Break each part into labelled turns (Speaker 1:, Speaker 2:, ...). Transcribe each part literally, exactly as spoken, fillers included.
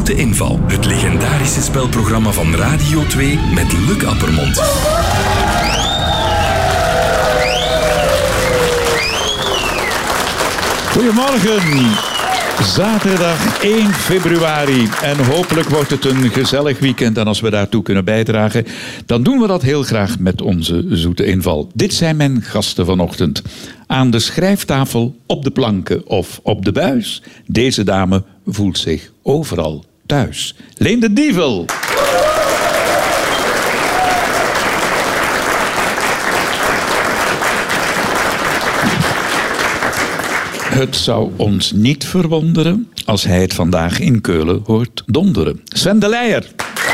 Speaker 1: Zoete Inval. Het legendarische spelprogramma van Radio twee met Luc Appermond.
Speaker 2: Goedemorgen. Zaterdag één februari en hopelijk wordt het een gezellig weekend en als we daartoe kunnen bijdragen, dan doen we dat heel graag met onze Zoete Inval. Dit zijn mijn gasten vanochtend. Aan de schrijftafel, op de planken of op de buis. Deze dame voelt zich overal thuis. Leen de Dievel. Het zou ons niet verwonderen als hij het vandaag in Keulen hoort donderen. Sven de Leijer.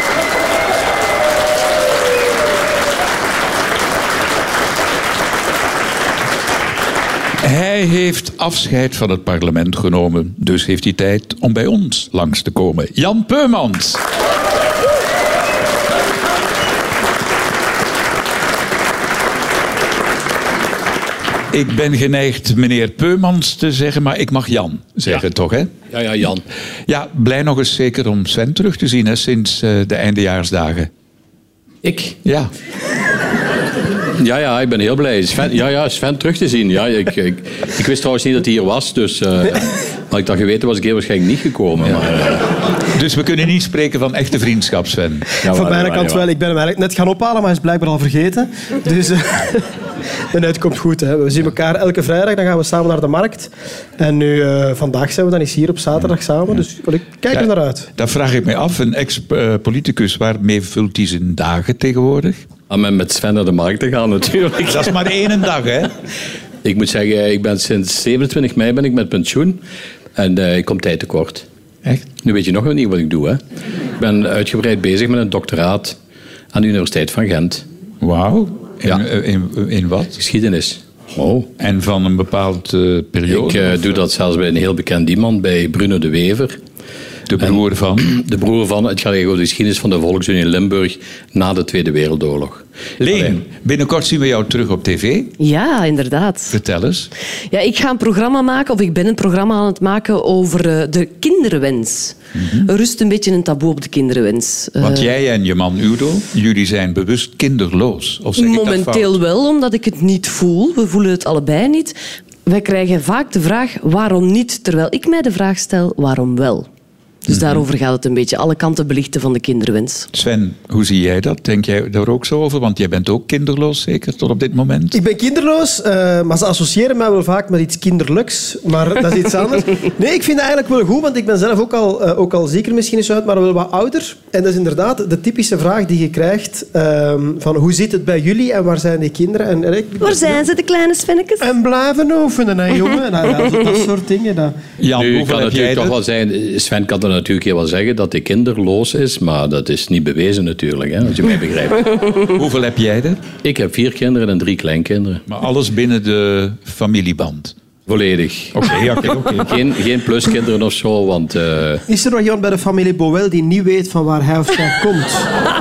Speaker 2: Hij heeft afscheid van het parlement genomen, dus heeft hij tijd om bij ons langs te komen. Jan Peumans. Ik ben geneigd meneer Peumans te zeggen, maar ik mag Jan zeggen, ja. Toch, hè?
Speaker 3: Ja, ja, Jan.
Speaker 2: Ja, blij nog eens zeker om Sven terug te zien, hè, sinds uh, de eindejaarsdagen.
Speaker 3: Ik?
Speaker 2: Ja.
Speaker 3: Ja, ja, ik ben heel blij. Sven, ja, ja, Sven terug te zien. Ja, ik, ik, ik wist trouwens niet dat hij hier was, dus uh, had ik dat geweten was ik hier waarschijnlijk niet gekomen. Ja. Maar, uh...
Speaker 2: Dus we kunnen niet spreken van echte vriendschap, Sven.
Speaker 4: Ja, van mijn kant wel. Ik ben hem eigenlijk net gaan ophalen, maar hij is blijkbaar al vergeten. Dus uh, en het komt goed. Hè. We zien elkaar elke vrijdag, dan gaan we samen naar de markt. En nu, uh, vandaag zijn we dan eens hier op zaterdag samen. Dus ik kijk er
Speaker 2: ja,
Speaker 4: naar uit.
Speaker 2: Dat vraag ik me af. Een ex-politicus, waarmee vult hij zijn dagen tegenwoordig?
Speaker 3: Om met Sven naar de markt te gaan, natuurlijk.
Speaker 2: Dat is maar één dag, hè?
Speaker 3: Ik moet zeggen, ik ben sinds zevenentwintig mei ben ik met pensioen. En uh, ik kom tijd tekort.
Speaker 2: Echt?
Speaker 3: Nu weet je nog niet wat ik doe, hè? Ik ben uitgebreid bezig met een doctoraat aan de Universiteit van Gent.
Speaker 2: Wauw. In,
Speaker 3: ja.
Speaker 2: in, in, in wat?
Speaker 3: Geschiedenis. Oh.
Speaker 2: En van een bepaald uh, periode?
Speaker 3: Ik uh, doe dat zelfs bij een heel bekend iemand, bij Bruno de Wever.
Speaker 2: De broer van?
Speaker 3: De broer van, het gaat over de geschiedenis van de Volksunie in Limburg na de Tweede Wereldoorlog.
Speaker 2: Leen, binnenkort zien we jou terug op tv.
Speaker 5: Ja, inderdaad.
Speaker 2: Vertel eens.
Speaker 5: Ja, ik ga een programma maken, of ik ben een programma aan het maken over de kinderwens. Mm-hmm. Er rust een beetje een taboe op de kinderwens.
Speaker 2: Want uh, jij en je man Udo, jullie zijn bewust kinderloos. Of zeg ik
Speaker 5: momenteel
Speaker 2: dat
Speaker 5: wel, omdat ik het niet voel. We voelen het allebei niet. Wij krijgen vaak de vraag, waarom niet? Terwijl ik mij de vraag stel, waarom wel? Dus mm-hmm. daarover gaat het een beetje. Alle kanten belichten van de kinderwens.
Speaker 2: Sven, hoe zie jij dat? Denk jij daar ook zo over? Want jij bent ook kinderloos, zeker, tot op dit moment?
Speaker 4: Ik ben kinderloos, uh, maar ze associëren mij wel vaak met iets kinderlijks. Maar dat is iets anders. Nee, ik vind dat eigenlijk wel goed, want ik ben zelf ook al, uh, ook al zeker misschien eens uit, maar wel wat ouder. En dat is inderdaad de typische vraag die je krijgt. Uh, van hoe zit het bij jullie en waar zijn die kinderen? En, en ik,
Speaker 5: waar zijn ze, de kleine Svennekes?
Speaker 4: En blijven oefenen, hè, jongen. Nou, ja, dat, dat soort dingen. Dat...
Speaker 3: Jan, nu kan het natuurlijk toch wel zijn... Sven kan er natuurlijk heel wel zeggen dat hij kinderloos is, maar dat is niet bewezen natuurlijk, hè, als je mij begrijpt.
Speaker 2: Hoeveel heb jij er?
Speaker 3: Ik heb vier kinderen en drie kleinkinderen.
Speaker 2: Maar alles binnen de familieband?
Speaker 3: Volledig.
Speaker 2: Oké, okay, okay, okay.
Speaker 3: geen, geen pluskinderen of zo, want... Uh...
Speaker 4: Is er nog iemand bij de familie Boel die niet weet van waar hij of zij komt?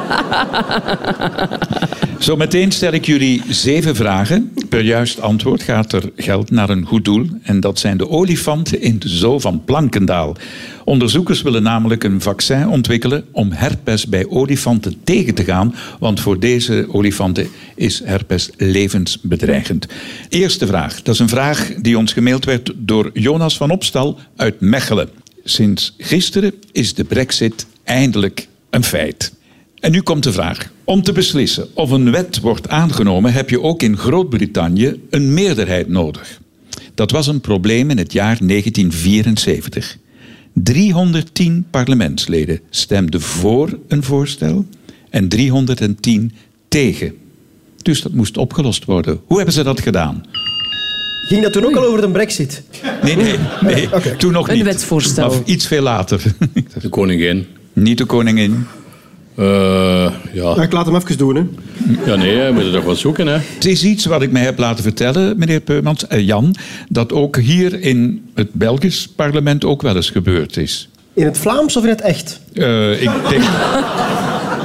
Speaker 2: Zometeen stel ik jullie zeven vragen. Per juist antwoord gaat er geld naar een goed doel. En dat zijn de olifanten in de zoo van Plankendaal. Onderzoekers willen namelijk een vaccin ontwikkelen om herpes bij olifanten tegen te gaan. Want voor deze olifanten is herpes levensbedreigend. Eerste vraag. Dat is een vraag die ons gemaild werd door Jonas van Opstal uit Mechelen. Sinds gisteren is de brexit eindelijk een feit. En nu komt de vraag. Om te beslissen of een wet wordt aangenomen, heb je ook in Groot-Brittannië een meerderheid nodig. Dat was een probleem in het jaar negentien vierenzeventig. driehonderdtien parlementsleden stemden voor een voorstel en driehonderdtien tegen. Dus dat moest opgelost worden. Hoe hebben ze dat gedaan?
Speaker 4: Ging dat toen ook al over de brexit?
Speaker 2: Nee, nee, nee. Okay. Toen nog niet.
Speaker 5: Een wetsvoorstel.
Speaker 2: Of iets veel later.
Speaker 3: De koningin.
Speaker 2: Niet de koningin.
Speaker 3: Uh, ja.
Speaker 4: Ja, ik laat hem even doen, hè.
Speaker 3: Ja, nee, we moeten toch wat zoeken, hè.
Speaker 2: Het is iets wat ik mij heb laten vertellen, meneer Peumans, uh, Jan, dat ook hier in het Belgisch parlement ook wel eens gebeurd is.
Speaker 4: In het Vlaams of in het echt?
Speaker 2: Uh, ik denk...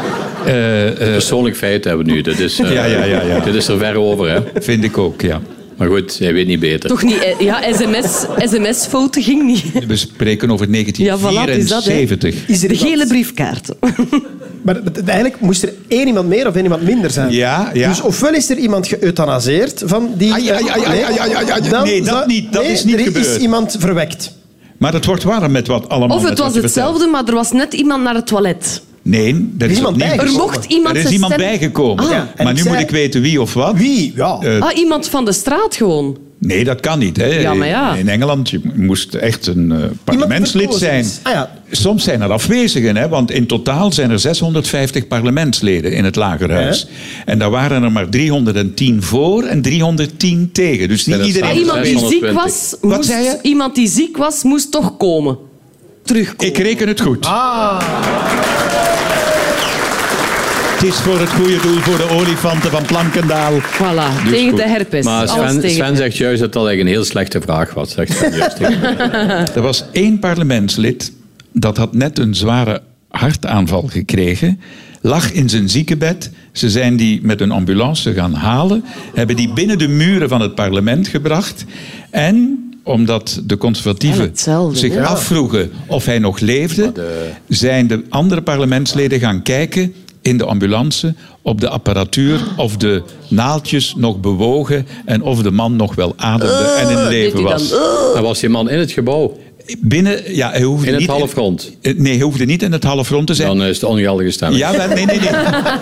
Speaker 3: Uh, uh, Persoonlijk feit hebben we nu. Dat is, uh,
Speaker 2: ja, ja, ja, ja.
Speaker 3: Dit is er ver over, hè.
Speaker 2: Vind ik ook, ja.
Speaker 3: Maar goed, jij weet niet beter.
Speaker 5: Toch niet? eh, Ja, sms, sms-foto ging niet.
Speaker 2: We spreken over
Speaker 5: Ja, voilà, het is dat, hè.
Speaker 2: negentien vierenzeventig.
Speaker 4: Is er
Speaker 5: De
Speaker 4: iemand-
Speaker 5: gele briefkaart.
Speaker 4: Maar eigenlijk moest er één iemand meer of één iemand minder zijn.
Speaker 2: Ja, ja.
Speaker 4: Dus ofwel is er iemand geëuthanaseerd van die...
Speaker 2: Ai, ai, ai, ai, ai, ai, ai, ai.
Speaker 4: Dan
Speaker 2: Nee, dat
Speaker 4: zou-
Speaker 2: niet. Dat
Speaker 4: nee,
Speaker 2: is niet
Speaker 4: er
Speaker 2: gebeurd.
Speaker 4: is iemand verwekt.
Speaker 2: Maar het wordt warm met wat allemaal.
Speaker 5: Of
Speaker 2: met
Speaker 5: het
Speaker 2: wat
Speaker 5: was
Speaker 2: je
Speaker 5: hetzelfde,
Speaker 2: vertelt.
Speaker 5: maar er was net iemand naar het toilet.
Speaker 2: Nee, er is
Speaker 4: iemand
Speaker 2: opnieuw-
Speaker 4: bij.
Speaker 5: Er mocht iemand
Speaker 2: Er is
Speaker 5: zijn
Speaker 2: iemand
Speaker 5: stem-
Speaker 2: bijgekomen.
Speaker 5: Ah.
Speaker 4: Ja, en
Speaker 2: maar
Speaker 4: ik
Speaker 2: nu
Speaker 4: zei-
Speaker 2: moet ik weten wie of wat.
Speaker 4: Wie? Ja.
Speaker 2: Eh,
Speaker 5: Ah, iemand van de straat gewoon.
Speaker 2: Nee, dat kan niet. Hè.
Speaker 5: Ja, maar ja.
Speaker 2: In Engeland je moest echt een uh, parlementslid
Speaker 4: verkozen
Speaker 2: zijn.
Speaker 4: is. Ah, ja.
Speaker 2: Soms zijn er afwezigen, hè, want in totaal zijn er zeshonderdvijftig parlementsleden in het Lagerhuis. En daar waren er maar driehonderdtien voor en driehonderdtien tegen. Dus niet
Speaker 3: dat
Speaker 2: iedereen...
Speaker 5: Ah, iemand die ziek
Speaker 3: zeshonderdtwintig.
Speaker 5: was,
Speaker 2: Wat
Speaker 5: moest,
Speaker 2: zei je?
Speaker 5: iemand die ziek was, moest toch komen. Terugkomen.
Speaker 2: Ik reken het goed. Het is voor het goede doel, voor de olifanten van Plankendaal.
Speaker 5: Voilà,
Speaker 2: Dus
Speaker 5: tegen
Speaker 2: goed.
Speaker 5: de herpes.
Speaker 3: Maar
Speaker 5: Alles
Speaker 3: Sven,
Speaker 5: tegen.
Speaker 3: Sven zegt juist dat dat eigenlijk een heel slechte vraag was. Zegt Sven juist tegen mij.
Speaker 2: Er was één parlementslid dat had net een zware hartaanval gekregen. Lag in zijn ziekenbed. Ze zijn die met een ambulance gaan halen. Hebben die binnen de muren van het parlement gebracht. En omdat de
Speaker 5: Ja,
Speaker 2: conservatieven
Speaker 5: hetzelfde,
Speaker 2: zich
Speaker 5: hè?
Speaker 2: afvroegen of hij nog leefde, zijn de andere parlementsleden gaan kijken in de ambulance op de apparatuur of de naaldjes nog bewogen en of de man nog wel ademde en in
Speaker 5: deed
Speaker 2: leven
Speaker 5: hij dan,
Speaker 2: was.
Speaker 3: Dan was die man in het gebouw.
Speaker 2: Binnen, ja, hij hoefde
Speaker 3: In het
Speaker 2: niet
Speaker 3: halfrond.
Speaker 2: Eh, Nee, hij hoefde niet in het halfrond te zijn.
Speaker 3: Dan is het ongeldige stemming.
Speaker 2: Ja, wel, nee, nee, nee.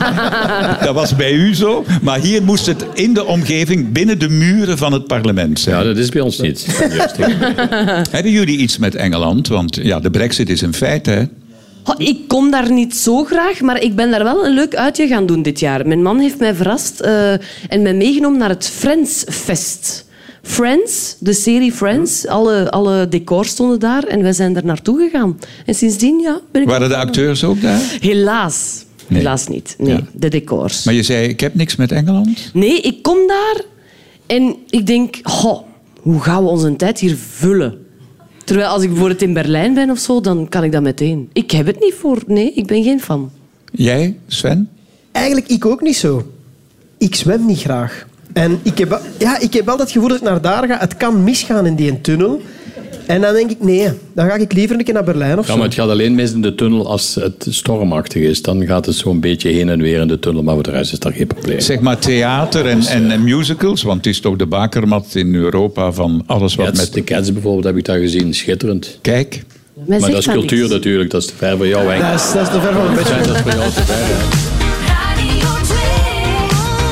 Speaker 2: Dat was bij u zo. Maar hier moest het in de omgeving, binnen de muren van het parlement zijn.
Speaker 3: Ja, dat is bij ons niet. Sven juist tegen mij.
Speaker 2: Hebben jullie iets met Engeland? Want ja, de brexit is een feit, hè?
Speaker 5: Oh, ik kom daar niet zo graag, maar ik ben daar wel een leuk uitje gaan doen dit jaar. Mijn man heeft mij verrast eh, en mij meegenomen naar het Friends Fest. Friends, de serie Friends, alle, alle decors stonden daar en wij zijn er naartoe gegaan. En sindsdien, ja, ben ik...
Speaker 2: Waren de acteurs ook daar?
Speaker 5: Helaas.
Speaker 2: Nee.
Speaker 5: Helaas niet. Nee,
Speaker 2: Ja.
Speaker 5: de decors.
Speaker 2: Maar je zei, ik heb niks met Engeland.
Speaker 5: Nee, ik kom daar en ik denk, goh, hoe gaan we onze tijd hier vullen? Terwijl als ik bijvoorbeeld in Berlijn ben of zo, dan kan ik dat meteen. Ik heb het niet voor. Nee, ik ben geen fan.
Speaker 2: Jij, Sven?
Speaker 4: Eigenlijk ik ook niet zo. Ik zwem niet graag. En ik heb, ja, ik heb wel het gevoel dat ik naar daar ga. Het kan misgaan in die tunnel. En dan denk ik, nee, dan ga ik liever een keer naar Berlijn of
Speaker 3: Ja,
Speaker 4: zo.
Speaker 3: maar het gaat alleen mis in de tunnel als het stormachtig is. Dan gaat het zo'n beetje heen en weer in de tunnel, maar voor de rest is daar geen probleem.
Speaker 2: Zeg maar theater en, en, en musicals, want het is toch de bakermat in Europa van alles wat
Speaker 3: Cats,
Speaker 2: met...
Speaker 3: De Cats bijvoorbeeld heb ik daar gezien, schitterend.
Speaker 2: Kijk,
Speaker 5: Mij
Speaker 3: Maar
Speaker 5: zegt
Speaker 3: dat is
Speaker 5: dat
Speaker 3: cultuur
Speaker 5: niks.
Speaker 3: natuurlijk, dat is te ver voor jou, Henk.
Speaker 4: Dat is, dat is te ver van een beetje.
Speaker 3: Dat is voor jou te ver, hè.
Speaker 6: Radio twee,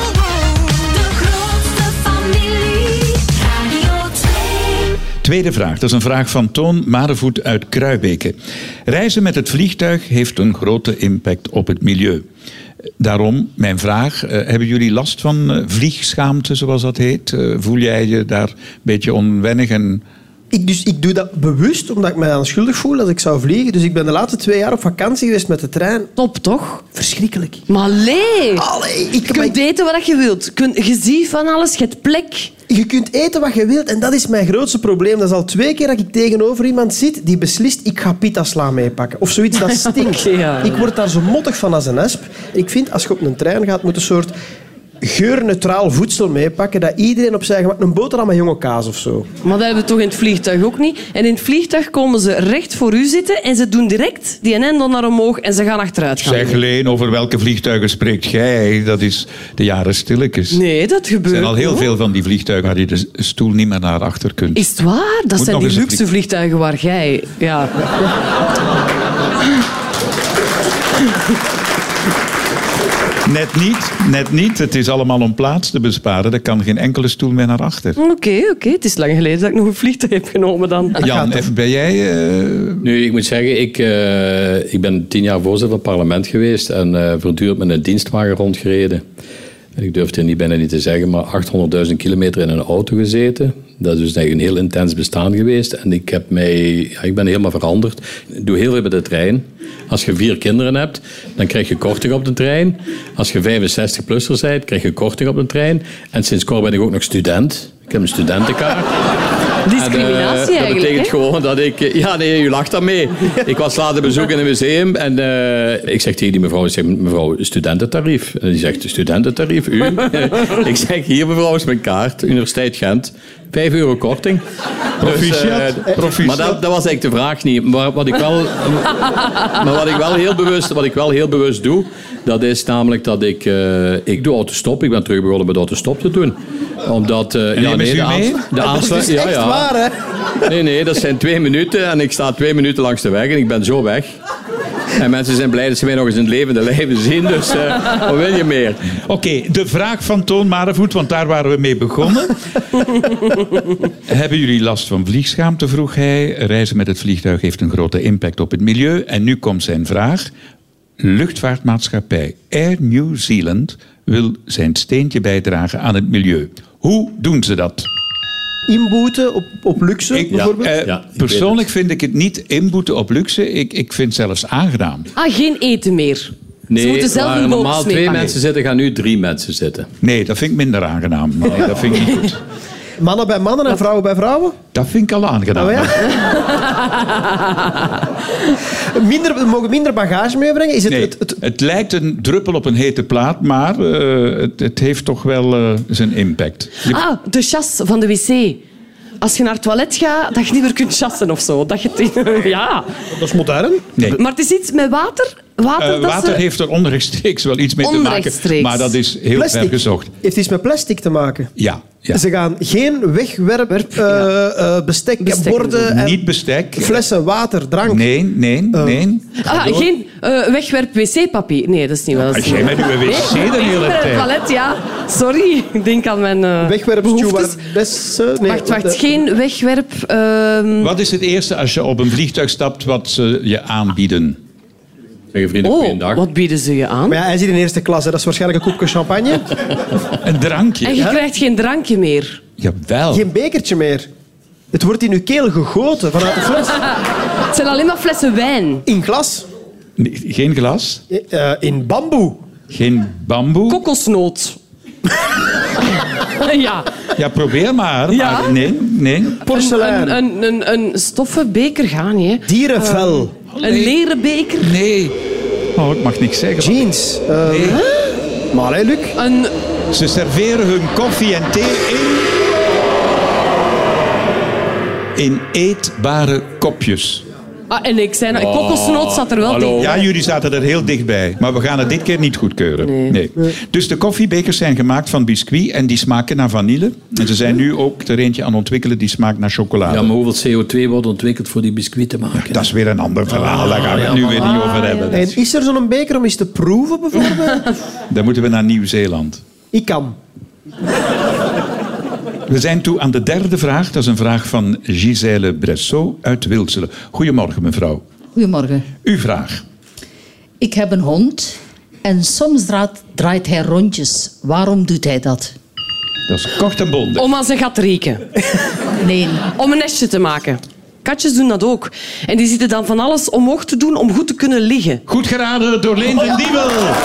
Speaker 6: de grootste familie. Radio twee.
Speaker 2: tweede vraag. Dat is een vraag van Toon Marevoet uit Kruibeke. Reizen met het vliegtuig heeft een grote impact op het milieu. Daarom mijn vraag. eh, hebben jullie last van eh, vliegschaamte, zoals dat heet? Eh, voel jij je daar een beetje onwennig en...
Speaker 4: Ik, dus, ik doe dat bewust omdat ik mij dan schuldig voel als ik zou vliegen. Dus ik ben de laatste twee jaar op vakantie geweest met de trein.
Speaker 5: Top, toch?
Speaker 4: Verschrikkelijk.
Speaker 5: Maar nee!
Speaker 4: Allee, ik,
Speaker 5: Je kunt eten wat je wilt. Je, kunt, je ziet van alles, je hebt plek.
Speaker 4: je kunt eten wat je wilt en dat is mijn grootste probleem. Dat is al twee keer dat ik tegenover iemand zit die beslist, ik ga pitasla meepakken. Of zoiets dat stinkt.
Speaker 5: Oké, ja.
Speaker 4: Ik word daar zo mottig van als een esp. Ik vind, als je op een trein gaat, moet een soort geurneutraal voedsel meepakken dat iedereen op zijn gemak... Een boterham met jonge kaas of zo.
Speaker 5: Maar dat hebben we toch in het vliegtuig ook niet. En in het vliegtuig komen ze recht voor u zitten en ze doen direct die hendel naar omhoog en ze gaan achteruit gaan.
Speaker 2: Zeg Leen, over welke vliegtuigen spreekt jij? Dat is de jaren stilletjes.
Speaker 5: Nee, dat
Speaker 2: Er
Speaker 5: gebeurt
Speaker 2: zijn al heel
Speaker 5: niet.
Speaker 2: veel van die vliegtuigen waar je de stoel niet meer naar achter kunt.
Speaker 5: Is het waar? Dat
Speaker 2: Moet
Speaker 5: zijn
Speaker 2: nog
Speaker 5: die
Speaker 2: eens een
Speaker 5: luxe vliegtuigen waar jij... Ja.
Speaker 2: Net niet, net niet. Het is allemaal om plaats te besparen. Er kan geen enkele stoel meer naar achter.
Speaker 5: Oké, oké. Het is lang geleden dat ik nog een vliegtuig heb genomen dan.
Speaker 2: Jan, even, ben jij... eh,
Speaker 3: Nu, ik moet zeggen, ik, eh, ik ben tien jaar voorzitter van het parlement geweest en eh voortdurend met een dienstwagen rondgereden. En ik durf het niet bijna niet te zeggen, maar achthonderdduizend kilometer in een auto gezeten. Dat is dus eigenlijk een heel intens bestaan geweest. En ik, heb mij, ja, ik ben helemaal veranderd. Ik doe heel veel met de trein. Als je vier kinderen hebt, dan krijg je korting op de trein. Als je vijfenzestig-plusser bent, krijg je korting op de trein. En sinds kort ben ik ook nog student. Ik heb een studentenkaart.
Speaker 5: Discriminatie
Speaker 3: En, uh,
Speaker 5: eigenlijk,
Speaker 3: Dat betekent
Speaker 5: hè?
Speaker 3: gewoon dat ik... uh, Ja, nee, u lacht dan mee. Ik was laten bezoeken in een museum en uh, ik zeg tegen die mevrouw, ik zeg, mevrouw, studententarief. En die zegt, studententarief, u? Ik zeg, hier mevrouw is mijn kaart, Universiteit Gent. Vijf euro korting.
Speaker 2: Proficiat.
Speaker 3: Dus, uh,
Speaker 2: Proficiat.
Speaker 3: maar dat, dat was eigenlijk de vraag niet. Maar wat ik wel, maar wat ik wel heel bewust, wat ik wel heel bewust doe, dat is namelijk dat ik, uh, ik doe autostop. Ik ben terug begonnen met autostop te doen. Omdat, uh, ja,
Speaker 2: nemen
Speaker 3: nee,
Speaker 2: ze
Speaker 3: de,
Speaker 2: u mee?
Speaker 3: aanslu- de
Speaker 4: Dat is
Speaker 3: aansluiting...
Speaker 4: echt
Speaker 3: ja, ja.
Speaker 4: waar, hè?
Speaker 3: Nee, nee, dat zijn twee minuten en ik sta twee minuten langs de weg en ik ben zo weg. En mensen zijn blij dat ze mij nog eens in het levende lijven zien, dus uh, wat wil je meer?
Speaker 2: Oké, de vraag van Toon Marevoet, want daar waren we mee begonnen. Hebben jullie last van vliegschaamte, vroeg hij. Reizen met het vliegtuig heeft een grote impact op het milieu. En nu komt zijn vraag. Luchtvaartmaatschappij Air New Zealand wil zijn steentje bijdragen aan het milieu. Hoe doen ze dat?
Speaker 4: Inboeten op, op luxe,
Speaker 2: Ik,
Speaker 4: bijvoorbeeld?
Speaker 2: eh,
Speaker 3: Ja, ik
Speaker 2: persoonlijk vind ik het niet inboeten op luxe. Ik, ik vind het zelfs aangenaam.
Speaker 5: Ah, geen eten meer. Ze
Speaker 3: Nee,
Speaker 5: moeten zelf
Speaker 3: waar
Speaker 5: hun
Speaker 3: normaal
Speaker 5: box
Speaker 3: twee
Speaker 5: meepakken.
Speaker 3: mensen zitten, gaan nu drie mensen zitten.
Speaker 2: Nee, dat vind ik minder aangenaam. Nee, dat vind ik niet goed.
Speaker 4: Mannen bij mannen en vrouwen bij vrouwen?
Speaker 2: Dat vind ik al aangenaam.
Speaker 4: Oh, ja? minder, we mogen minder bagage meebrengen? Is het,
Speaker 2: Nee,
Speaker 4: het,
Speaker 2: het,
Speaker 4: het,
Speaker 2: lijkt een druppel op een hete plaat, maar eh, het, het heeft toch wel eh, zijn impact. Je-
Speaker 5: Ah, de chas van de wc. Als je naar het toilet gaat, dat je niet meer kunt chassen of zo. Dat je het- ja.
Speaker 4: dat is modern.
Speaker 2: nee.
Speaker 5: Maar het is iets met water. Water,
Speaker 2: Eh,
Speaker 5: dat
Speaker 2: water
Speaker 5: ze...
Speaker 2: heeft er onrechtstreeks wel iets mee te maken,
Speaker 5: Onrechtstreeks.
Speaker 2: maar dat is heel ver gezocht.
Speaker 4: Heeft iets met plastic te maken.
Speaker 2: Ja, ja.
Speaker 4: Ze gaan geen wegwerp, eh, eh, bestek, en
Speaker 5: Bestek
Speaker 4: borden en
Speaker 2: Niet bestek.
Speaker 4: flessen, water, drank.
Speaker 2: Nee, nee, nee.
Speaker 5: Ah, geen uh, wegwerp wc-papier. Nee, dat is niet wel.
Speaker 2: Als jij met uw wc de hele
Speaker 5: Met het
Speaker 2: tijd.
Speaker 5: toilet, ja. Sorry, ik denk aan mijn uh,
Speaker 4: Wegwerp,
Speaker 5: behoeftes.
Speaker 4: stewardesse. Nee,
Speaker 5: Wacht, wacht.
Speaker 4: de-
Speaker 5: Geen wegwerp... ehm,
Speaker 2: Wat is het eerste als je op een vliegtuig stapt wat ze je aanbieden?
Speaker 3: Zeg je vrienden,
Speaker 5: Oh,
Speaker 3: goeiedag.
Speaker 5: wat bieden ze je aan?
Speaker 4: Maar ja, hij zit in eerste klas, hè. Dat is waarschijnlijk een koepje champagne.
Speaker 2: Een drankje.
Speaker 5: En je krijgt geen drankje meer.
Speaker 2: Jawel.
Speaker 4: Geen bekertje meer. Het wordt in uw keel gegoten vanuit de fles.
Speaker 5: Het zijn alleen maar flessen wijn.
Speaker 4: In glas.
Speaker 2: Nee, geen glas.
Speaker 4: Eh, in bamboe.
Speaker 2: Geen bamboe.
Speaker 5: Kokosnoot. ja.
Speaker 2: Ja, probeer maar.
Speaker 5: Ja.
Speaker 2: Maar nee, nee.
Speaker 4: Porselein.
Speaker 5: Een, een, een, een stoffen beker gaat niet, hè.
Speaker 4: Dierenvel.
Speaker 5: Een leren beker.
Speaker 2: Nee. Oh, ik mag niks zeggen.
Speaker 4: Jeans. Eh,
Speaker 2: Nee.
Speaker 4: Maar hè, Luc?
Speaker 5: Een...
Speaker 2: Ze serveren hun koffie en thee in... in eetbare kopjes.
Speaker 5: Ah, en ik zei, nou, kokosnoot zat er wel
Speaker 3: hallo.
Speaker 5: tegen.
Speaker 2: Ja, jullie zaten er heel dichtbij. Maar we gaan het dit keer niet goedkeuren.
Speaker 5: Nee.
Speaker 2: Dus de koffiebekers zijn gemaakt van biscuit en die smaken naar vanille. En ze zijn nu ook er eentje aan ontwikkelen die smaakt naar chocolade.
Speaker 3: Ja, maar hoeveel C O twee wordt ontwikkeld voor die biscuit te maken?
Speaker 2: Dat is weer een ander verhaal. Daar gaan we het nu weer niet over hebben.
Speaker 4: En is er zo'n beker om eens te proeven, bijvoorbeeld?
Speaker 2: Dan moeten we naar Nieuw-Zeeland.
Speaker 4: Ik kan.
Speaker 2: We zijn toe aan de derde vraag. Dat is een vraag van Gisèle Bressot uit Wilselen. Goedemorgen, mevrouw.
Speaker 7: Goedemorgen.
Speaker 2: Uw vraag.
Speaker 7: Ik heb een hond en soms draait, draait hij rondjes. Waarom doet hij dat?
Speaker 2: Dat is kort en bondig.
Speaker 5: Om aan zijn gat te rieken.
Speaker 7: Nee,
Speaker 5: Om een nestje te maken. Katjes doen dat ook. En die zitten dan van alles omhoog te doen om goed te kunnen liggen.
Speaker 2: Goed geraden door Leen van Diebel.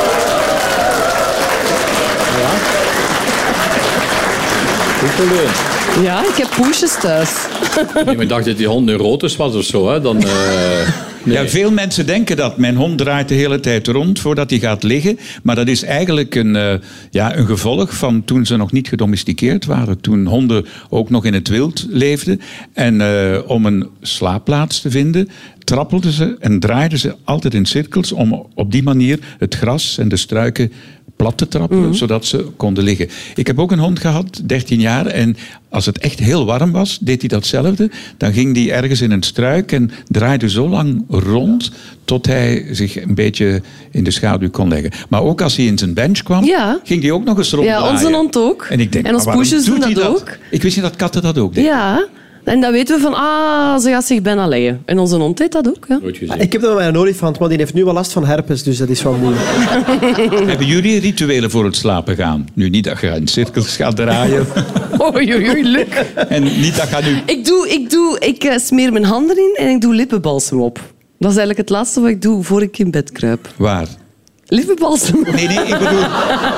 Speaker 3: Goed gedaan.
Speaker 5: Ja, ik heb poesjes thuis.
Speaker 3: Nee, maar ik dacht dat die hond neurotisch was of zo. Hè. Dan, eh, nee.
Speaker 2: Ja, veel mensen denken dat. Mijn hond draait de hele tijd rond voordat hij gaat liggen. Maar dat is eigenlijk een, eh, ja, een gevolg van toen ze nog niet gedomesticeerd waren. Toen honden ook nog in het wild leefden. En eh, om een slaapplaats te vinden, trappelden ze en draaiden ze altijd in cirkels om op die manier het gras en de struiken plat te trappelen, zodat ze konden liggen. Ik heb ook een hond gehad, dertien jaar, en als het echt heel warm was, deed hij datzelfde. Dan ging hij ergens in een struik en draaide zo lang rond tot hij zich een beetje in de schaduw kon leggen. Maar ook als hij in zijn bench kwam,
Speaker 5: Ja.
Speaker 2: ging hij ook nog eens ronddraaien.
Speaker 5: Ja, onze hond ook.
Speaker 2: En ik denk,
Speaker 5: En ons
Speaker 2: maar waarom
Speaker 5: poesjes
Speaker 2: doet
Speaker 5: doen
Speaker 2: hij
Speaker 5: dat ook.
Speaker 2: Ik wist niet dat katten dat ook deden.
Speaker 5: Ja. En dan weten we van, ah, ze gaat zich bijna leggen. En onze hond deed dat ook. Ja.
Speaker 3: Nooit gezien.
Speaker 4: Ik heb dat met mijn olifant, maar die heeft nu wel last van herpes, dus dat is wel moeilijk.
Speaker 2: Hebben jullie rituelen voor het slapen gaan? Nu niet dat je in cirkels gaat draaien.
Speaker 5: Oei, oei, oei, Luc.
Speaker 2: En niet dat je nu...
Speaker 5: Ik, doe, ik, doe, ik eh, smeer mijn handen in en ik doe lippenbalsem op. Dat is eigenlijk het laatste wat ik doe voor ik in bed kruip.
Speaker 2: Waar?
Speaker 5: Lippenbalsem.
Speaker 2: Nee, nee, ik bedoel...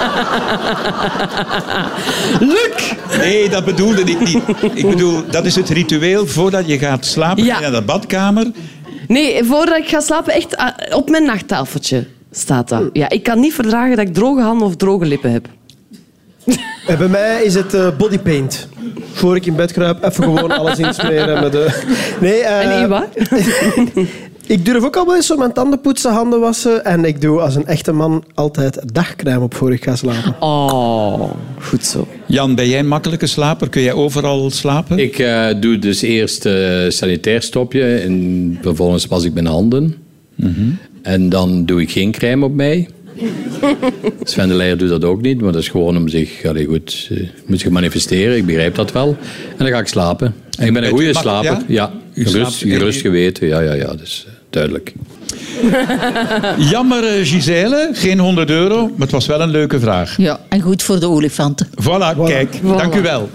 Speaker 5: Luc!
Speaker 2: Nee, dat bedoelde ik niet. Ik bedoel, dat is het ritueel voordat je gaat slapen.
Speaker 5: Ja.
Speaker 2: Ga je naar de badkamer.
Speaker 5: Nee, voordat ik ga slapen, echt ah, op mijn nachttafeltje staat dat. Ja, ik kan niet verdragen dat ik droge handen of droge lippen heb.
Speaker 4: En bij mij is het uh, bodypaint. Voor ik in bed kruip, even gewoon alles insmeren. Met de... Nee, uh,
Speaker 5: En Iwa?
Speaker 4: Ik durf ook al wel eens zo mijn tanden poetsen, handen wassen. En ik doe als een echte man altijd dagcrème op voor ik ga slapen.
Speaker 5: Oh, goed zo.
Speaker 2: Jan, ben jij een makkelijke slaper? Kun jij overal slapen?
Speaker 3: Ik uh, doe dus eerst uh, sanitair stopje en vervolgens was ik mijn handen. Mm-hmm. En dan doe ik geen crème op mij. Sven de Leijer doet dat ook niet, maar dat is gewoon om zich... Allee, goed, uh, moet zich manifesteren, ik begrijp dat wel. En dan ga ik slapen. En ik ben een goede slaper. Ja, ja gerust, gerust geweten. Ja, ja, ja, dat is uh, duidelijk.
Speaker 2: Jammer, uh, Gisèle, geen honderd euro, maar het was wel een leuke vraag.
Speaker 7: Ja, en goed voor de olifanten.
Speaker 2: Voilà, voilà. Kijk,
Speaker 5: Voilà.
Speaker 2: dank u wel.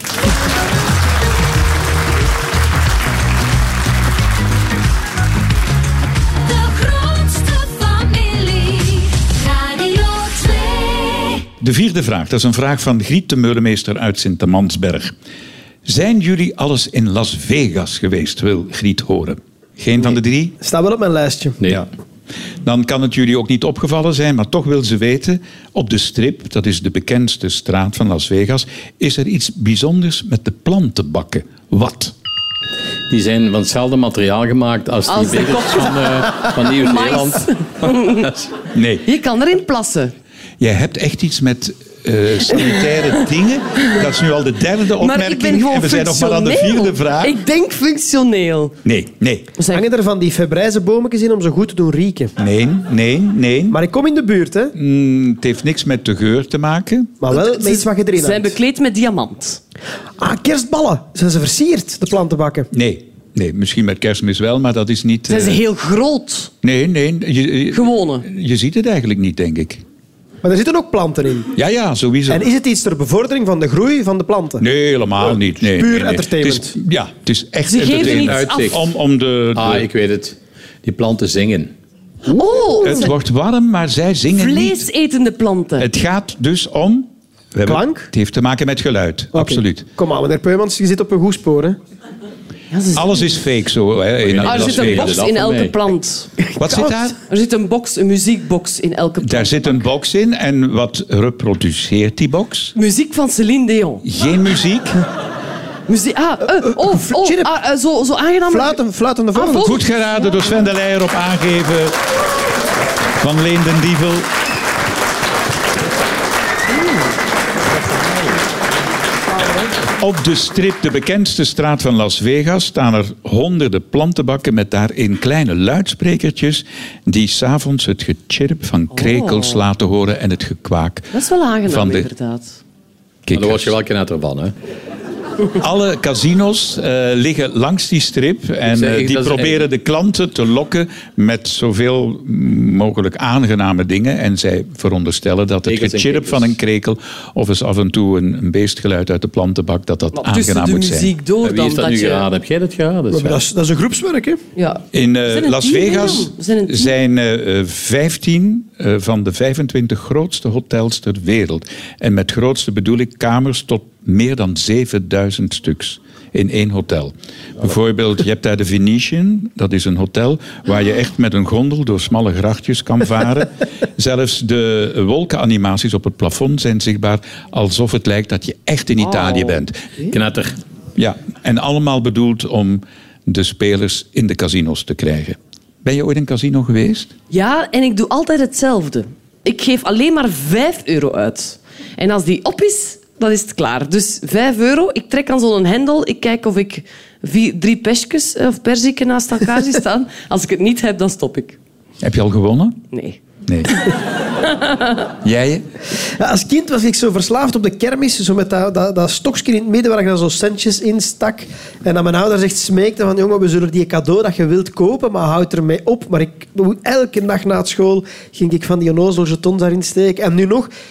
Speaker 6: De grootste familie. Radio twee.
Speaker 2: De vierde vraag, dat is een vraag van Griet de Meulemeester uit Sint-Amansberg. Zijn jullie alles in Las Vegas geweest, wil Griet horen? Geen van de drie?
Speaker 4: Staat wel op mijn lijstje.
Speaker 3: Nee.
Speaker 2: Ja. Dan kan het jullie ook niet opgevallen zijn, maar toch wil ze weten... op de Strip, dat is de bekendste straat van Las Vegas... is er iets bijzonders met de plantenbakken. Wat?
Speaker 3: Die zijn van hetzelfde materiaal gemaakt als die
Speaker 5: Als de
Speaker 3: bekers
Speaker 5: kop-
Speaker 3: van, uh, van Nieuw-Zeeland.
Speaker 2: Nee.
Speaker 5: Je kan erin plassen.
Speaker 2: Jij hebt echt iets met uh, sanitaire dingen. Dat is nu al de derde
Speaker 5: Maar
Speaker 2: opmerking.
Speaker 5: ik ben gewoon
Speaker 2: en we zijn nog maar aan de
Speaker 5: functioneel.
Speaker 2: vierde vraag.
Speaker 5: Ik denk functioneel.
Speaker 2: Nee, nee.
Speaker 4: Hangen er van die febrijze bometjes in om zo goed te doen rieken.
Speaker 2: Nee, nee, nee.
Speaker 4: Maar ik kom in de buurt, hè.
Speaker 2: Mm, het heeft niks met de geur te maken.
Speaker 4: Maar wel met iets wat je erin
Speaker 5: Ze zijn
Speaker 4: hangt.
Speaker 5: bekleed met diamant.
Speaker 4: Ah, kerstballen. Zijn ze versierd, de plantenbakken?
Speaker 2: Nee. Nee, misschien met kerstmis wel, maar dat is niet...
Speaker 5: Zijn ze
Speaker 2: uh,
Speaker 5: heel groot?
Speaker 2: Nee, nee. Je, je-
Speaker 5: Gewone.
Speaker 2: Je ziet het eigenlijk niet, denk ik.
Speaker 4: Maar er zitten ook planten in.
Speaker 2: Ja, ja, sowieso.
Speaker 4: En is het iets ter bevordering van de groei van de planten?
Speaker 2: Nee, helemaal niet. Nee,
Speaker 4: Puur
Speaker 2: nee, nee.
Speaker 4: entertainment.
Speaker 2: Het is, ja, het is echt
Speaker 5: Ze geven
Speaker 2: entertainment.
Speaker 5: iets
Speaker 3: Uitzicht.
Speaker 2: Om, om de, de,
Speaker 3: Ah, ik weet het. Die planten zingen.
Speaker 5: Oh,
Speaker 2: het wordt warm, maar zij zingen niet.
Speaker 5: vleesetende planten.
Speaker 2: Het gaat dus om... we hebben-
Speaker 4: Klank?
Speaker 2: Het heeft te maken met geluid,
Speaker 4: Oké.
Speaker 2: absoluut.
Speaker 4: Kom aan, meneer Peumans, je zit op een goed spoor, hè.
Speaker 5: Ja, ze-
Speaker 2: Alles is fake zo. Hè, in
Speaker 5: Ah, er
Speaker 2: Las
Speaker 5: zit een
Speaker 2: Vegas.
Speaker 5: box
Speaker 3: dat
Speaker 5: in
Speaker 3: van
Speaker 5: elke
Speaker 3: mij.
Speaker 5: plant.
Speaker 2: Wat zit daar?
Speaker 5: Er zit een box, een muziekbox in elke plant.
Speaker 2: Daar zit een box in. En wat reproduceert die box?
Speaker 5: Muziek van Céline Dion.
Speaker 2: Geen muziek.
Speaker 5: Muziek, ah, eh, oh, oh,
Speaker 4: Chirp.
Speaker 5: ah, eh, zo, zo aangenaam.
Speaker 4: Fluiten, fluitende
Speaker 5: Ah,
Speaker 4: vogel.
Speaker 5: vogel.
Speaker 2: Goed geraden door Sven de Leijer op aangeven van Leen den Dievel. Op de Strip, de bekendste straat van Las Vegas, staan er honderden plantenbakken met daarin kleine luidsprekertjes die 's avonds het gechirp van krekels laten horen en het gekwaak
Speaker 5: Dat is wel aangenaam,
Speaker 2: van de
Speaker 5: inderdaad.
Speaker 3: Maar daar word
Speaker 2: kikkers.
Speaker 3: je wel knetter van, hè?
Speaker 2: Alle casinos eh, liggen langs die strip en
Speaker 3: zeg,
Speaker 2: eh, die
Speaker 3: dat is
Speaker 2: proberen
Speaker 3: echt-
Speaker 2: de klanten te lokken met zoveel mogelijk aangename dingen. En zij veronderstellen dat het
Speaker 3: Krekels en
Speaker 2: gechirp
Speaker 3: kikkers.
Speaker 2: van een krekel of eens af en toe een, een beestgeluid uit de plantenbak, dat dat
Speaker 5: Maar tussen
Speaker 2: aangenaam
Speaker 5: de
Speaker 2: moet zijn.
Speaker 5: muziek door
Speaker 3: Wie
Speaker 5: dan
Speaker 3: heeft dat nu
Speaker 5: je...
Speaker 3: geraden? Heb jij dat geraden?
Speaker 4: Maar
Speaker 3: Sven?
Speaker 4: Dat is, dat is een groepswerk, hè.
Speaker 5: Ja.
Speaker 2: In eh,
Speaker 5: Zijn een
Speaker 2: Las
Speaker 5: team,
Speaker 2: Vegas
Speaker 5: Jan? Zijn een team?
Speaker 2: zijn eh, eh, vijftien eh, van de vijfentwintig grootste hotels ter wereld. En met grootste bedoel ik kamers tot meer dan zevenduizend stuks in één hotel. Bijvoorbeeld, je hebt daar de Venetian, dat is een hotel waar je echt met een gondel door smalle grachtjes kan varen. Zelfs de wolkenanimaties op het plafond zijn zichtbaar, alsof het lijkt dat je echt in Italië
Speaker 5: Oh.
Speaker 2: bent.
Speaker 3: Knetter.
Speaker 2: Ja, en allemaal bedoeld om de spelers in de casino's te krijgen. Ben je ooit in een casino geweest?
Speaker 5: Ja, en ik doe altijd hetzelfde. Ik geef alleen maar vijf euro uit. En als die op is, dan is het klaar. Dus vijf euro, ik trek aan zo'n hendel, ik kijk of ik vier, drie pesjes of perziken naast elkaar zie staan. Als ik het niet heb, dan stop ik.
Speaker 2: Heb je al gewonnen?
Speaker 5: Nee.
Speaker 2: Nee. Jij?
Speaker 4: Ja, als kind was ik zo verslaafd op de kermis, zo met dat, dat, dat stokje in het midden waar ik dan zo centjes in stak. En dat mijn ouders echt smeekten van, jongen, we zullen die cadeau dat je wilt kopen, maar houd ermee op. Maar ik, elke dag na school ging ik van die onnozel jetons daarin steken. En nu nog,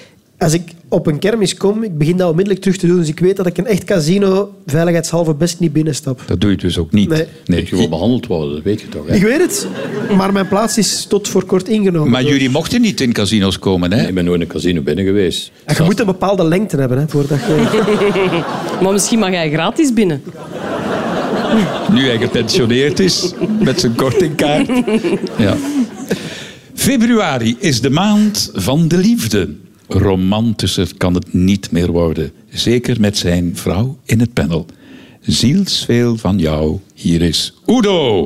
Speaker 4: als ik op een kermis kom, ik begin dat onmiddellijk terug te doen. Dus ik weet dat ik een echt casino veiligheidshalve best niet binnenstap.
Speaker 2: Dat doe je dus ook niet.
Speaker 4: Nee.
Speaker 3: Nee. Je wil behandeld worden, dat weet je toch? Hè?
Speaker 4: Ik weet het, maar mijn plaats is tot voor kort ingenomen.
Speaker 2: Maar jullie mochten niet in casino's komen, hè?
Speaker 3: Ik ben nooit in een casino binnen geweest.
Speaker 4: En je moet een bepaalde lengte hebben, hè, voordat je...
Speaker 5: Maar misschien mag jij gratis binnen.
Speaker 2: Nu hij gepensioneerd is, met zijn kortingkaart. Ja. Februari is de maand van de liefde. Romantischer kan het niet meer worden. Zeker met zijn vrouw in het panel. Zielsveel van jou. Hier is Udo.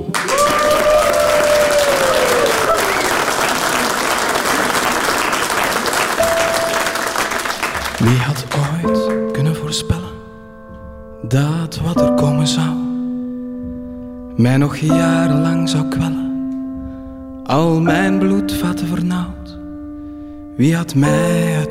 Speaker 8: Wie had ooit kunnen voorspellen dat wat er komen zou mij nog jarenlang zou kwellen, al mijn bloedvaten vernauwd. Wie had mij het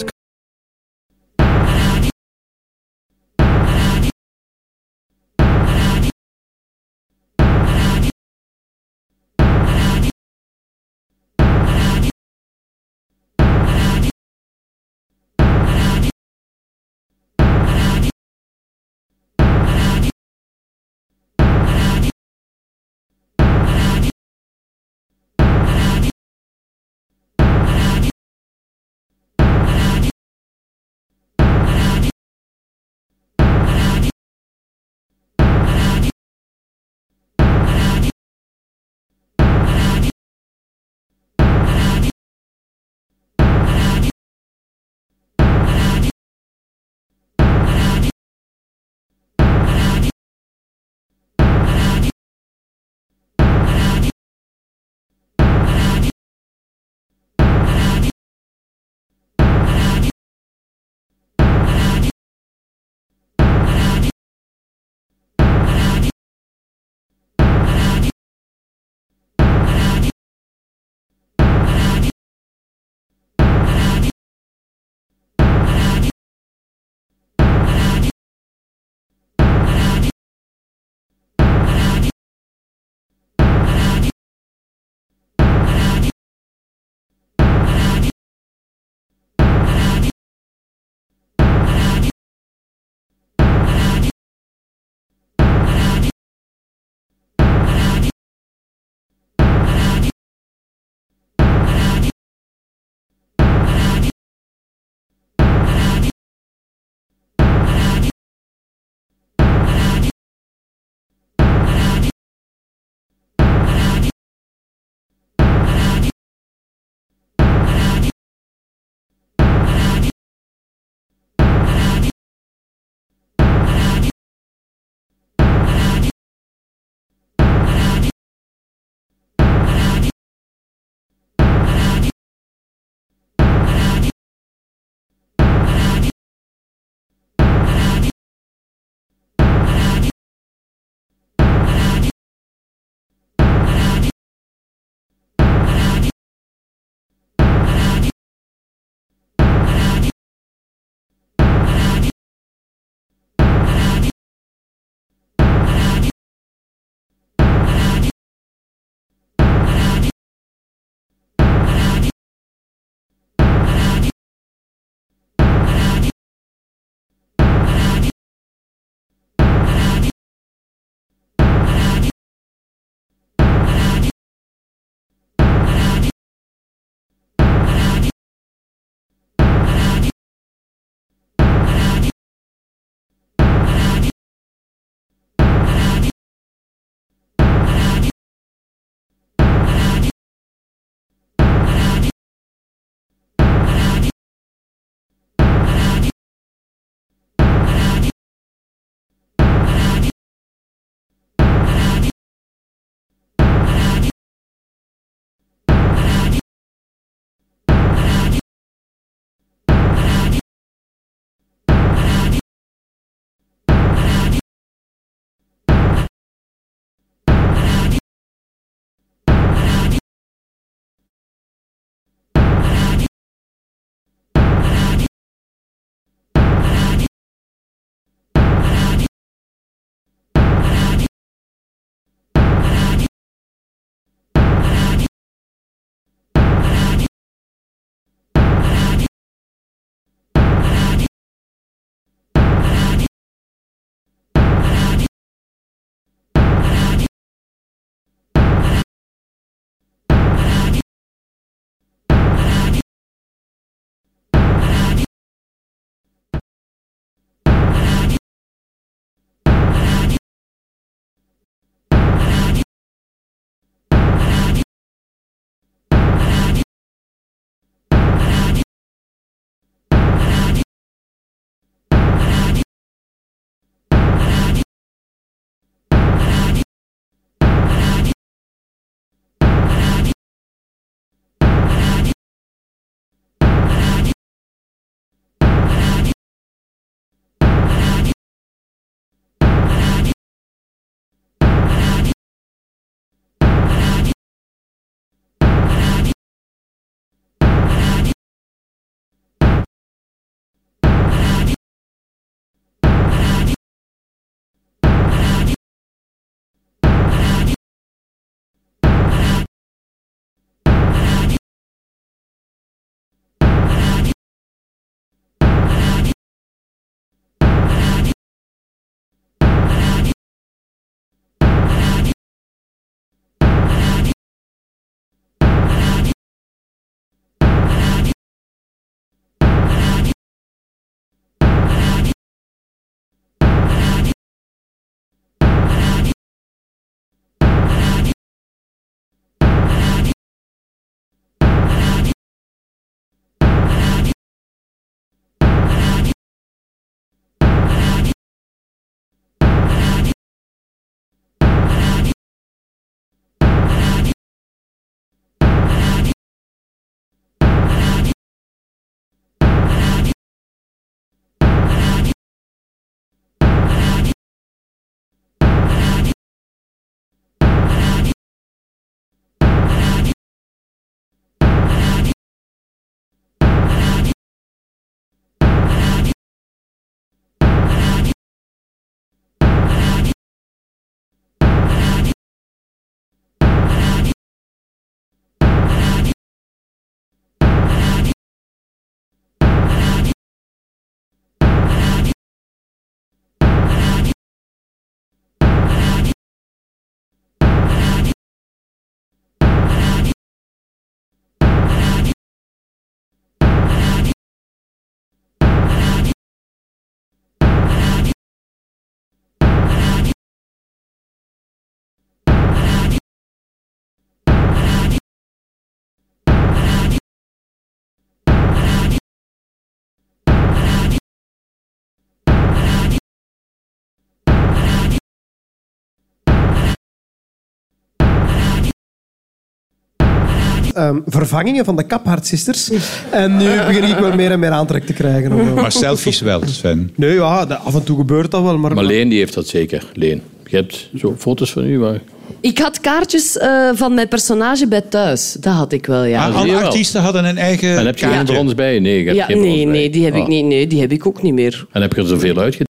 Speaker 4: ehm, vervangingen van de Kaphart Sisters. En nu begin ik wel meer en meer aantrek te krijgen. Of,
Speaker 2: Maar selfies wel, Sven.
Speaker 4: nee, ja, dat- af en toe gebeurt dat wel. Maar,
Speaker 3: Maar Leen die heeft dat zeker. Leen, je hebt zo foto's van u waar...
Speaker 5: Ik had kaartjes uh, van mijn personage bij thuis. Dat had ik wel, ja.
Speaker 2: Ah, alle artiesten hadden een eigen
Speaker 3: En heb je geen
Speaker 2: kaartje.
Speaker 3: brons bij? Nee, je hebt
Speaker 5: ja
Speaker 3: geen brons
Speaker 5: nee,
Speaker 3: bij.
Speaker 5: nee, die heb ik
Speaker 3: Ah.
Speaker 5: niet. Nee, die heb ik ook niet meer.
Speaker 3: En heb je er zoveel uitgedaan?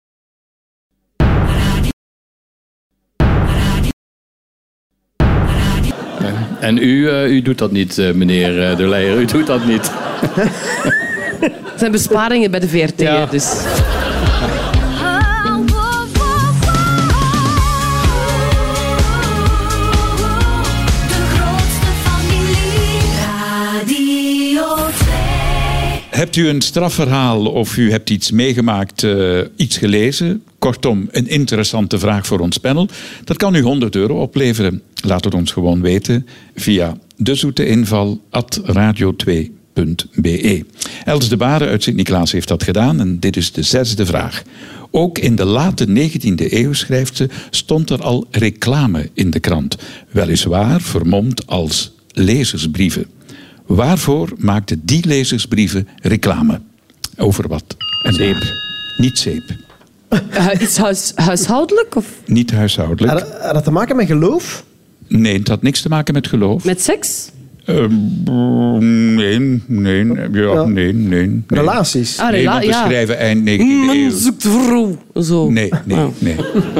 Speaker 3: En u, uh, u doet dat niet, uh, meneer uh, De Leijer. U doet dat niet.
Speaker 5: Het zijn besparingen bij de V R T,
Speaker 3: Ja.
Speaker 5: dus...
Speaker 6: De grootste familie. Radio twee.
Speaker 2: Hebt u een strafverhaal of u hebt iets meegemaakt, uh, iets gelezen? Kortom, een interessante vraag voor ons panel. Dat kan u honderd euro opleveren. Laat het ons gewoon weten via dezoeteinval at radio twee punt b e. Els de Baren uit Sint-Niklaas heeft dat gedaan en dit is de zesde vraag. Ook in de late negentiende eeuw, schrijft ze, stond er al reclame in de krant. Weliswaar vermomd als lezersbrieven. Waarvoor maakten die lezersbrieven reclame? Over wat? En zeep. Niet zeep.
Speaker 5: Uh, iets huis, huishoudelijk of
Speaker 2: Niet huishoudelijk.
Speaker 4: Had, had dat te maken met geloof?
Speaker 2: Nee, het had niks te maken met geloof.
Speaker 5: met seks?
Speaker 2: Uh, nee, nee, ja,
Speaker 4: Ja.
Speaker 2: nee, nee, nee.
Speaker 4: Relaties?
Speaker 5: Ah,
Speaker 2: Nee,
Speaker 5: rela-
Speaker 2: want we
Speaker 5: ja.
Speaker 2: schrijven eind negentiende
Speaker 5: Man
Speaker 2: eeuw.
Speaker 5: zoekt vrouw. Zo.
Speaker 2: Nee, nee,
Speaker 5: Ah.
Speaker 2: nee.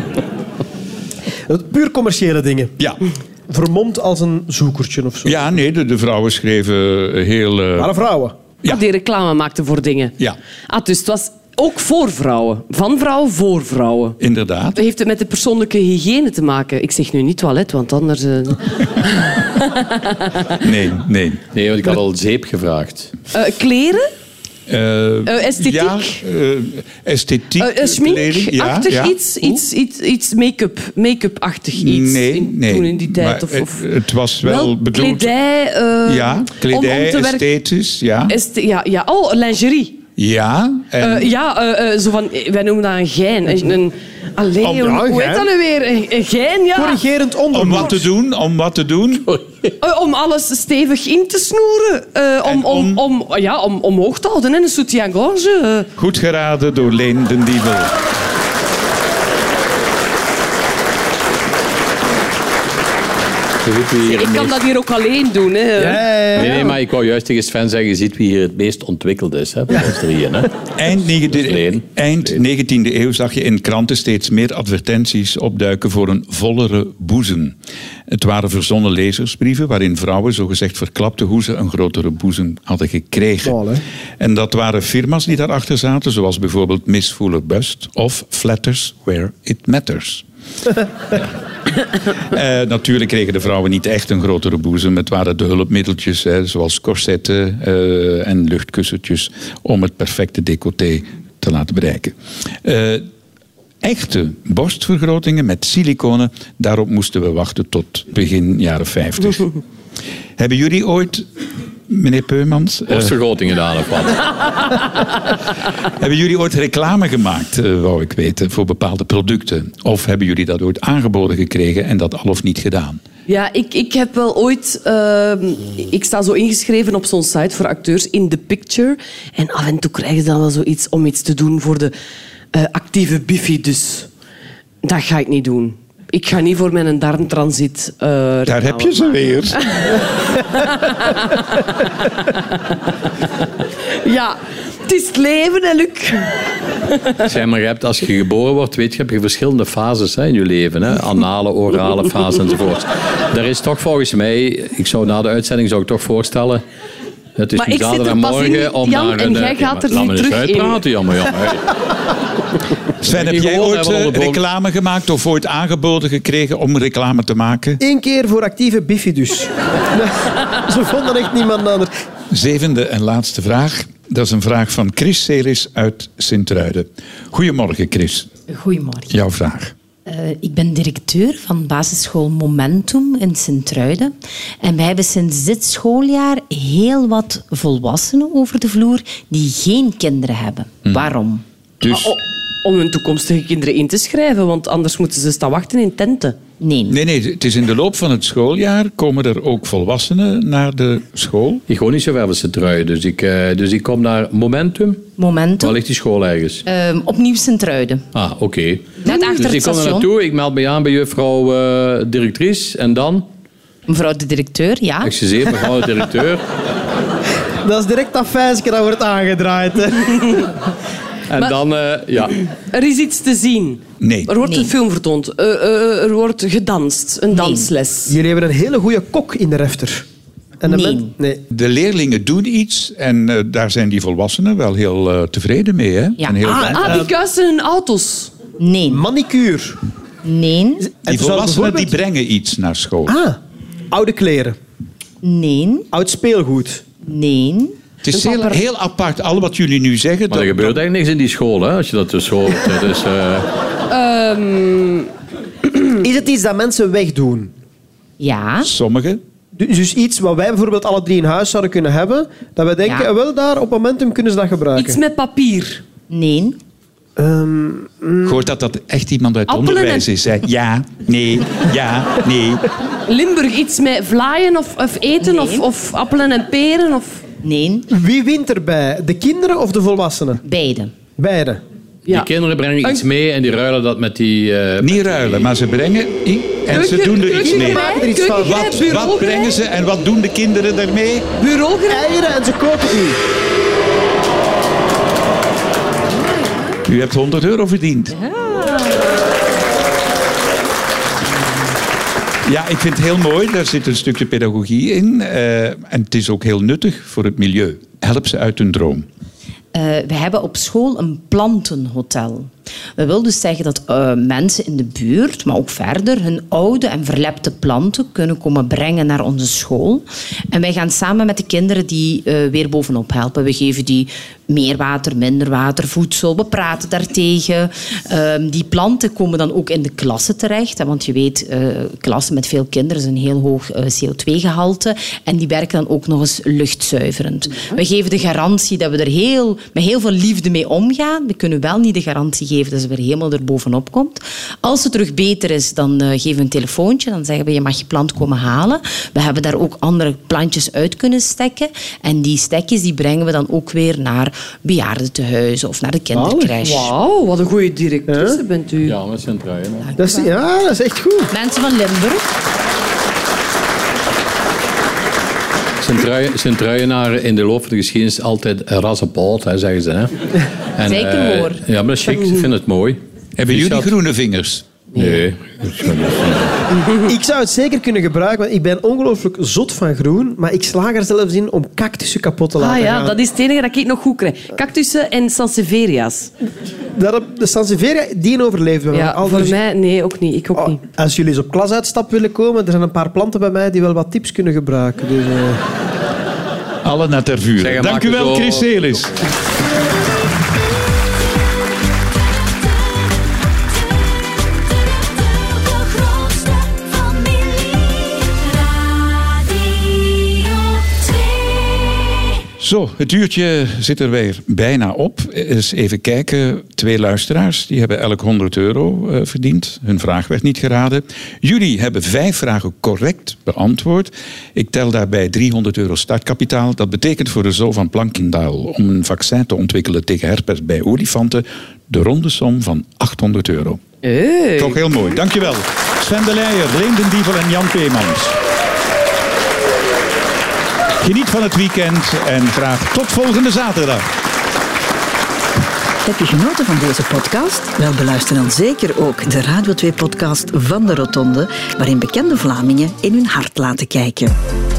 Speaker 4: Puur commerciële dingen.
Speaker 2: Ja.
Speaker 4: Vermomd als een zoekertje of zo.
Speaker 2: Ja, nee, de, de vrouwen schreven heel... uh,
Speaker 4: Maar vrouwen.
Speaker 2: Ja.
Speaker 5: Die reclame maakte voor dingen.
Speaker 2: Ja.
Speaker 5: Ah, dus het was ook voor vrouwen. Van vrouwen voor vrouwen.
Speaker 2: inderdaad.
Speaker 5: Heeft het met de persoonlijke hygiëne te maken? Ik zeg nu niet toilet, want anders... Uh,
Speaker 2: Nee, nee.
Speaker 3: Nee, want ik had al zeep gevraagd.
Speaker 5: uh, kleren?
Speaker 2: Uh,
Speaker 5: Uh, esthetiek?
Speaker 2: Ja, uh, esthetiek.
Speaker 5: Uh, uh, Schmink-achtig
Speaker 2: kleding, ja, ja.
Speaker 5: iets? Iets, iets, iets make-up. Make-up-achtig iets.
Speaker 2: Nee,
Speaker 5: in,
Speaker 2: nee.
Speaker 5: Toen in die tijd.
Speaker 2: Maar
Speaker 5: Of,
Speaker 2: het-
Speaker 5: of...
Speaker 2: Het was wel,
Speaker 5: Wel,
Speaker 2: bedoeld...
Speaker 5: kledij... uh,
Speaker 2: Ja,
Speaker 5: om-
Speaker 2: kledij,
Speaker 5: om te werken-
Speaker 2: esthetisch, ja.
Speaker 5: Est- ja, ja. Oh, lingerie.
Speaker 2: Ja, en...
Speaker 5: Uh, ja, uh, uh, zo van, wij noemen dat een gein. Een, een, allee,
Speaker 4: Oh, ja,
Speaker 5: hoe, hoe heet
Speaker 4: gein.
Speaker 5: dat nu weer? Een, een gein, ja.
Speaker 4: Corrigerend
Speaker 2: om
Speaker 4: ondergoed.
Speaker 2: wat te doen, om wat te doen.
Speaker 5: Uh, om alles stevig in te snoeren. Uh, om,
Speaker 2: En om-
Speaker 5: om, om, ja, om omhoog te houden. Hè. Een soutien-gorge. Uh.
Speaker 2: Goed geraden door Leen den Dievel.
Speaker 3: Je weet wie hier het
Speaker 5: Ik kan
Speaker 3: meest-
Speaker 5: dat hier ook alleen doen. Hè.
Speaker 3: Nee, nee, maar ik wou juist tegen Sven zeggen, je ziet wie hier het meest ontwikkeld is. Hè, van ons drieën. Hè.
Speaker 2: Eind negentiende,
Speaker 3: Leen.
Speaker 2: eind negentiende eeuw zag je in kranten steeds meer advertenties opduiken voor een vollere boezem. Het waren verzonnen lezersbrieven waarin vrouwen zogezegd verklapten hoe ze een grotere boezem hadden gekregen.
Speaker 4: Mal, hè?
Speaker 2: En dat waren firma's die daarachter zaten, zoals bijvoorbeeld Miss Fuller Bust of Flatters Where It Matters. Uh, natuurlijk kregen de vrouwen niet echt een grotere boezem. Het waren de hulpmiddeltjes, hè, zoals corsetten uh, en luchtkussentjes, om het perfecte décolleté te laten bereiken. Uh, echte borstvergrotingen met siliconen, daarop moesten we wachten tot begin jaren vijftig. Hebben jullie ooit, meneer Peumans, uh,
Speaker 3: Borstvergroting gedaan of wat?
Speaker 2: hebben jullie ooit reclame gemaakt, uh, wou ik weten, voor bepaalde producten? Of hebben jullie dat ooit aangeboden gekregen en dat al of niet gedaan?
Speaker 5: Ja, ik, ik heb wel ooit... Uh, ik sta zo ingeschreven op zo'n site voor acteurs, in The Picture. En af en toe krijgen ze dan wel zoiets om iets te doen voor de uh, actieve bifidus. Dat ga ik niet doen. Ik ga niet voor mijn darmtransit. Uh,
Speaker 2: Daar heb je ze weer.
Speaker 5: Ja, het is het leven, hè, Luc.
Speaker 3: Zeg maar, je hebt, als je geboren wordt, weet je, heb je verschillende fases hè, in je leven. Hè? Anale, orale fase enzovoort. Er is toch volgens mij, ik zou na de uitzending zou ik toch voorstellen. Het is
Speaker 5: Maar
Speaker 3: nu
Speaker 5: ik zit er pas
Speaker 3: zaterdagmorgen
Speaker 5: in,
Speaker 3: om
Speaker 5: Jan,
Speaker 3: naar
Speaker 5: en
Speaker 3: een...
Speaker 5: jij
Speaker 3: ja,
Speaker 5: gaat
Speaker 3: maar
Speaker 5: er
Speaker 3: laat
Speaker 5: nu
Speaker 3: me eens
Speaker 5: terug in.
Speaker 3: uitpraten, jammer, jammer.
Speaker 2: Sven, heb
Speaker 3: Die
Speaker 2: jij
Speaker 3: gewoon
Speaker 2: ooit
Speaker 3: hebben
Speaker 2: uh,
Speaker 3: onder boven-
Speaker 2: reclame gemaakt of ooit aangeboden gekregen om reclame te maken?
Speaker 4: Eén keer voor actieve bifidus. Ze vonden echt niemand anders.
Speaker 2: Zevende en laatste vraag. Dat is een vraag van Chris Seris uit Sint-Truiden. Goedemorgen, Chris.
Speaker 9: Goedemorgen.
Speaker 2: Jouw vraag.
Speaker 9: Uh, ik ben directeur van basisschool Momentum in Sint-Truiden. En wij hebben sinds dit schooljaar heel wat volwassenen over de vloer die geen kinderen hebben. Waarom?
Speaker 2: Dus,
Speaker 5: om hun toekomstige kinderen in te schrijven, want anders moeten ze staan wachten in tenten.
Speaker 9: Nee.
Speaker 2: Nee, nee, het is in de loop van het schooljaar komen er ook volwassenen naar de school.
Speaker 3: Ik ga niet zo ver als de trui, dus ik, uh, dus ik kom naar Momentum.
Speaker 9: Momentum.
Speaker 3: Waar ligt die school ergens?
Speaker 9: Um, opnieuw Sint-Truiden.
Speaker 3: Ah, oké. Okay.
Speaker 9: Net achter
Speaker 3: dus
Speaker 9: het
Speaker 3: ik kom er
Speaker 9: station.
Speaker 3: naartoe, ik meld me aan bij juffrouw uh, directrice en dan...
Speaker 9: Mevrouw de directeur, ja.
Speaker 3: Excuseer, mevrouw de directeur.
Speaker 4: Dat is direct dat feestje dat wordt aangedraaid. Hè.
Speaker 3: En
Speaker 5: Maar-
Speaker 3: dan, uh, ja...
Speaker 5: Er is iets te zien.
Speaker 2: Nee.
Speaker 5: Er wordt
Speaker 9: Nee.
Speaker 5: een film vertoond. Uh, uh, er wordt gedanst. Een dansles.
Speaker 4: Jullie hebben een hele goede kok in de refter. En de
Speaker 9: Nee.
Speaker 4: men- nee.
Speaker 2: De leerlingen doen iets en uh, daar zijn die volwassenen wel heel uh, tevreden mee. Hè?
Speaker 9: Ja.
Speaker 2: En heel blij.
Speaker 5: Ah, die kuisen hun auto's.
Speaker 9: Nee.
Speaker 4: Manicure.
Speaker 9: Nee.
Speaker 4: En
Speaker 2: Die
Speaker 4: zou
Speaker 2: volwassenen die
Speaker 4: bijvoorbeeld-
Speaker 2: brengen iets naar school.
Speaker 4: Ah, oude kleren.
Speaker 9: Nee.
Speaker 4: Oud speelgoed.
Speaker 9: Nee.
Speaker 2: Het is heel, heel apart, al wat jullie nu zeggen.
Speaker 3: Maar er
Speaker 2: dat-
Speaker 3: gebeurt eigenlijk niks in die school, hè, als je dat dus hoort. Dus, uh,
Speaker 5: Ehm,
Speaker 4: Is het iets dat mensen wegdoen?
Speaker 9: Ja.
Speaker 2: Sommigen.
Speaker 4: Dus dus iets wat wij bijvoorbeeld alle drie in huis zouden kunnen hebben, dat wij denken,
Speaker 9: Ja.
Speaker 4: eh, wel daar op Momentum kunnen ze dat gebruiken.
Speaker 5: iets met papier.
Speaker 9: Nee.
Speaker 4: Ehm,
Speaker 2: Ik hoor dat dat echt iemand uit het
Speaker 5: Appelen
Speaker 2: onderwijs
Speaker 5: en-
Speaker 2: is. Hè? Ja, nee, ja, nee.
Speaker 5: Limburg, iets met vlaaien of, of eten
Speaker 9: Nee.
Speaker 5: of, of appelen en peren. Of...
Speaker 9: Nee.
Speaker 4: wie wint erbij? De kinderen of de volwassenen?
Speaker 9: Beide.
Speaker 4: Beide.
Speaker 3: Die
Speaker 5: Ja.
Speaker 3: kinderen brengen iets
Speaker 5: Een-
Speaker 3: mee en die ruilen dat met die... uh,
Speaker 2: Niet ruilen, maar ze brengen i- en ze
Speaker 5: Keuken-
Speaker 2: doen er iets mee.
Speaker 5: keukengerei,
Speaker 4: er iets van.
Speaker 5: keukengerei,
Speaker 2: Wat, wat
Speaker 5: bureaugerei,
Speaker 2: brengen ze en wat doen de kinderen daarmee?
Speaker 5: bureaugerei.
Speaker 4: Eieren en ze kopen u.
Speaker 2: U hebt honderd euro verdiend. Ja, ik vind het heel mooi. Daar zit een stukje pedagogie in. Uh, en het is ook heel nuttig voor het milieu. Help ze uit hun droom.
Speaker 9: Uh, we hebben op school een plantenhotel. Dat wil dus zeggen dat uh, mensen in de buurt, maar ook verder, hun oude en verlepte planten kunnen komen brengen naar onze school. En wij gaan samen met de kinderen die uh, weer bovenop helpen. We geven die meer water, minder water, voedsel. We praten daartegen. Uh, die planten komen dan ook in de klassen terecht. Hè, want je weet, uh, klassen met veel kinderen is een heel hoog uh, C O twee gehalte. En die werken dan ook nog eens luchtzuiverend. We geven de garantie dat we er heel, met heel veel liefde mee omgaan. We kunnen wel niet de garantie geven dat ze weer helemaal er bovenop komt. Als het terug beter is, dan uh, geven we een telefoontje. Dan zeggen we, je mag je plant komen halen. We hebben daar ook andere plantjes uit kunnen stekken. En die stekjes die brengen we dan ook weer naar bejaardentehuizen of naar de kindercrash.
Speaker 5: Wauw, wat een goede directrice bent u.
Speaker 3: Ja, met zijn truien. hè.
Speaker 4: Dat is, ja, dat is echt goed.
Speaker 9: Mensen van Limburg.
Speaker 3: Zijn truien, zijn truienaren in de loop van de geschiedenis altijd rassenpoot, hè, zeggen ze. Hè. En,
Speaker 9: Zeker
Speaker 3: eh,
Speaker 9: hoor.
Speaker 3: Ja, maar dat is chic. Ik vind het mooi.
Speaker 2: Hebben
Speaker 3: Wie
Speaker 2: jullie
Speaker 3: zat-
Speaker 2: groene vingers?
Speaker 3: Nee.
Speaker 4: Ik zou het zeker kunnen gebruiken, want ik ben ongelooflijk zot van groen, maar ik slaag er zelfs in om cactussen kapot te laten
Speaker 5: Ah ja,
Speaker 4: gaan.
Speaker 5: dat is het enige dat ik nog goed krijg. Cactussen en sanseveria's.
Speaker 4: Dat, de Sansevieria, die overleeft bij mij.
Speaker 5: Ja,
Speaker 4: Al
Speaker 5: voor
Speaker 4: dus-
Speaker 5: mij, nee, ook niet. Ik ook
Speaker 4: Oh,
Speaker 5: niet.
Speaker 4: als jullie eens op klasuitstap willen komen, er zijn een paar planten bij mij die wel wat tips kunnen gebruiken. Dus, eh.
Speaker 2: Alle naar ter vuur.
Speaker 3: Zeg,
Speaker 2: Dank
Speaker 3: maak
Speaker 2: u
Speaker 3: het
Speaker 2: wel,
Speaker 3: zo.
Speaker 2: Chris Celis.
Speaker 6: De grootste familie. Radio twee.
Speaker 2: Zo, het uurtje zit er weer bijna op. Eens even kijken. Twee luisteraars, die hebben elk honderd euro uh, verdiend. Hun vraag werd niet geraden. Jullie hebben vijf vragen correct beantwoord. Ik tel daarbij driehonderd euro startkapitaal. Dat betekent voor de Zoo van Plankendaal om een vaccin te ontwikkelen tegen herpes bij olifanten de ronde som van achthonderd euro.
Speaker 5: Hey.
Speaker 2: Toch heel mooi. Dankjewel. Sven de Leijer, Leen den Dievel en Jan Peemans. Geniet van het weekend en graag tot volgende zaterdag.
Speaker 10: Heb je genoten van deze podcast? Wel, beluister dan zeker ook de Radio twee-podcast van de Rotonde, waarin bekende Vlamingen in hun hart laten kijken.